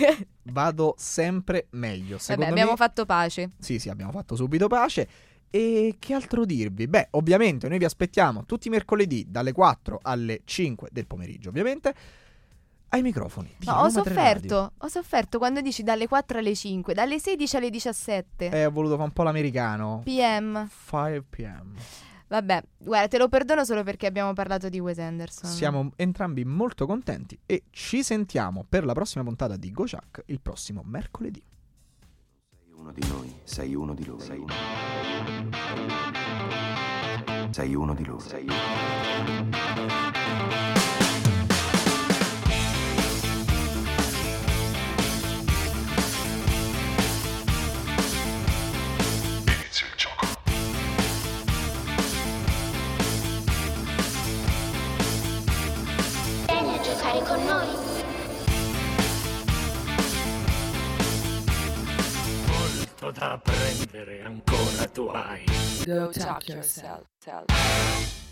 vado sempre meglio. Secondo Vabbè, abbiamo me... fatto pace. Sì, sì, abbiamo fatto subito pace. E che altro dirvi? Beh, ovviamente noi vi aspettiamo tutti i mercoledì dalle quattro alle cinque del pomeriggio, ovviamente, ai microfoni di No, ho Roma tre Radio. sofferto, ho sofferto quando dici dalle quattro alle cinque, dalle sedici alle diciassette. Eh, ho voluto fare un po' l'americano. P M. cinque p m. Vabbè, guarda, te lo perdono solo perché abbiamo parlato di Wes Anderson. Siamo entrambi molto contenti e ci sentiamo per la prossima puntata di Gochak il prossimo mercoledì. Sei uno di noi, sei uno di loro. Sei uno, sei uno di loro. Sei uno. Inizia il gioco. Vieni a giocare con noi. Molto da apprendere ancora tu hai. Go talk yourself.